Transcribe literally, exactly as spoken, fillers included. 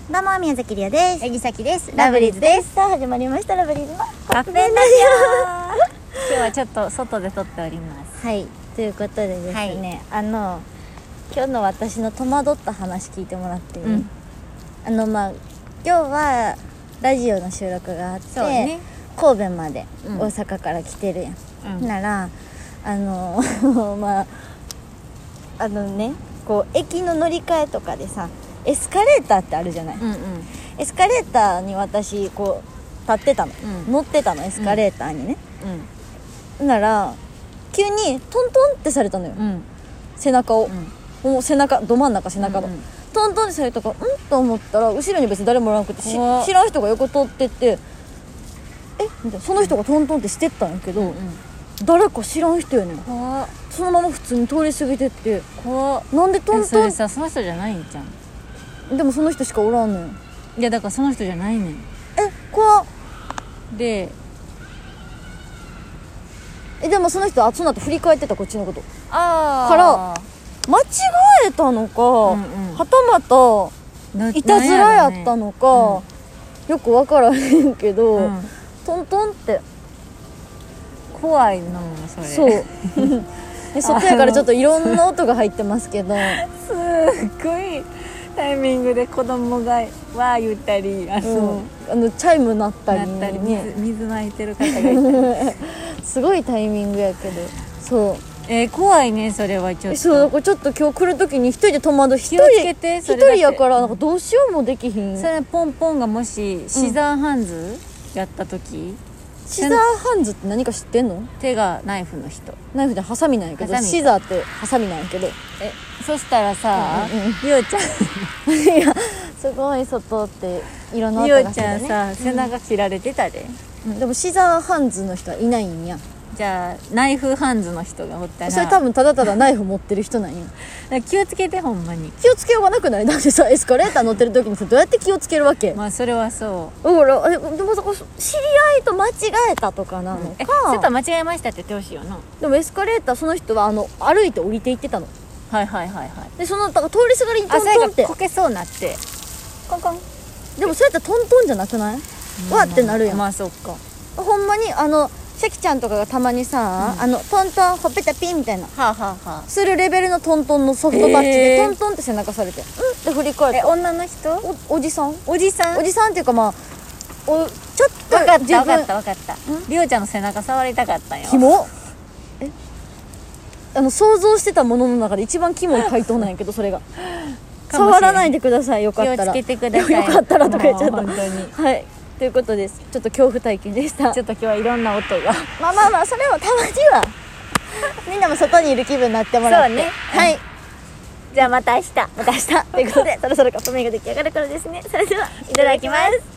どうも宮崎りおです。 八木崎です。 ラブリーズです。さあ始まりましたラブリーズのカフェラジオ。今日はちょっと外で撮っております。 はい、ということでですね、はい、あの今日の私の戸惑った話聞いてもらっていい、うん、あのまあ今日はラジオの収録があって、ね、神戸まで大阪から来てるやん、うん、ならあのまああのねこう駅の乗り換えとかでさエスカレーターってあるじゃない、うんうん、エスカレーターに私こう立ってたの、うん、乗ってたのエスカレーターにね、うん、なら急にトントンってされたのよ、うん、背中を、うん、もう背中ど真ん中背中の、うんうん、トントンってされたからうんと思ったら後ろに別に誰もおらなくて知らん人が横通ってってえみたいなその人がトントンってしてったんやけど、うんうん、誰か知らん人やねん。そのまま普通に通り過ぎてって怖なんでトントンそれさその人じゃないんじゃん。 でもその人しかおらんのよ。 いやだからその人じゃないねん。 え怖っ。でえでもその人はその後振り返ってたこっちのことあから間違えたのか、うんうん、はたまたいたずらやったのか、うん、よく分からへんけど、うん、トントンって怖いなそれ。 そうで外やからちょっといろんな音が入ってますけどすっごいタイミングで子供がわー言ったりあの、 うん、あのチャイム鳴ったり、 鳴ったり 水, 水撒いてる方がいたりすごいタイミングやけどそうえー、怖いねそれはちょっと。 そうだからちょっと今日来る時に一人で戸惑う一人一人やからなんかどうしようもできひん。 それポンポンがもしシザーハンズやった時、うん、 シザーハンズって何か知ってんの？ 手がナイフの人。 ナイフでハサミなんやけどシザーってハサミなんやけどえそしたらさ、うんうんうん、りおちゃんいやすごい外っていろんな音がするね。 りおちゃんさ、うん、背中切られてたで、 うん、でもシザーハンズの人はいないんや。 じゃあナイフハンズの人がおったらそれ多分ただただナイフ持ってる人なんや気をつけてほんまに。 気をつけようがなくない？だってさエスカレーター乗ってる時にさどうやって気をつけるわけ？ まあそれはそうだからでもさ知り合いと間違えたとかなのか、うん、えちょっと間違えましたって言ってほしいよな。 でもエスカレーターその人はあの歩いて降りていってたの。 はいはいはいはいでそのだから通りすがりにトントンってこけそうになってコンコンでもそうやったらトントンじゃなくない？うん、わってなるやん。 まあそっかほんまにあのシャキちゃんとかがたまにさ、うん、あのトントンほっぺたピンみたいな、はあはあはあ、 するレベルのトントンのソフトタッチで、えー、トントンって背中されてうんって振り返った。 え女の人お, おじさんおじさんおじさんっていうかまあおちょっと分かった分かった分かったりおちゃんの背中触りたかったんよ。 キモえあの想像してたものの中で一番キモい回答なんやけどそれが触らないでくださいよかったら気をつけてくださいよかったらとか言っちゃった本当にはいということです。ちょっと恐怖体験でした。 ちょっと今日はいろんな音がまあまあまあそれもたまにはみんなも外にいる気分になってもらってそうねはい、うん、 じゃあまた明日また明日ということでそろそろカップ麺が出来上がるからですね。それではいただきます。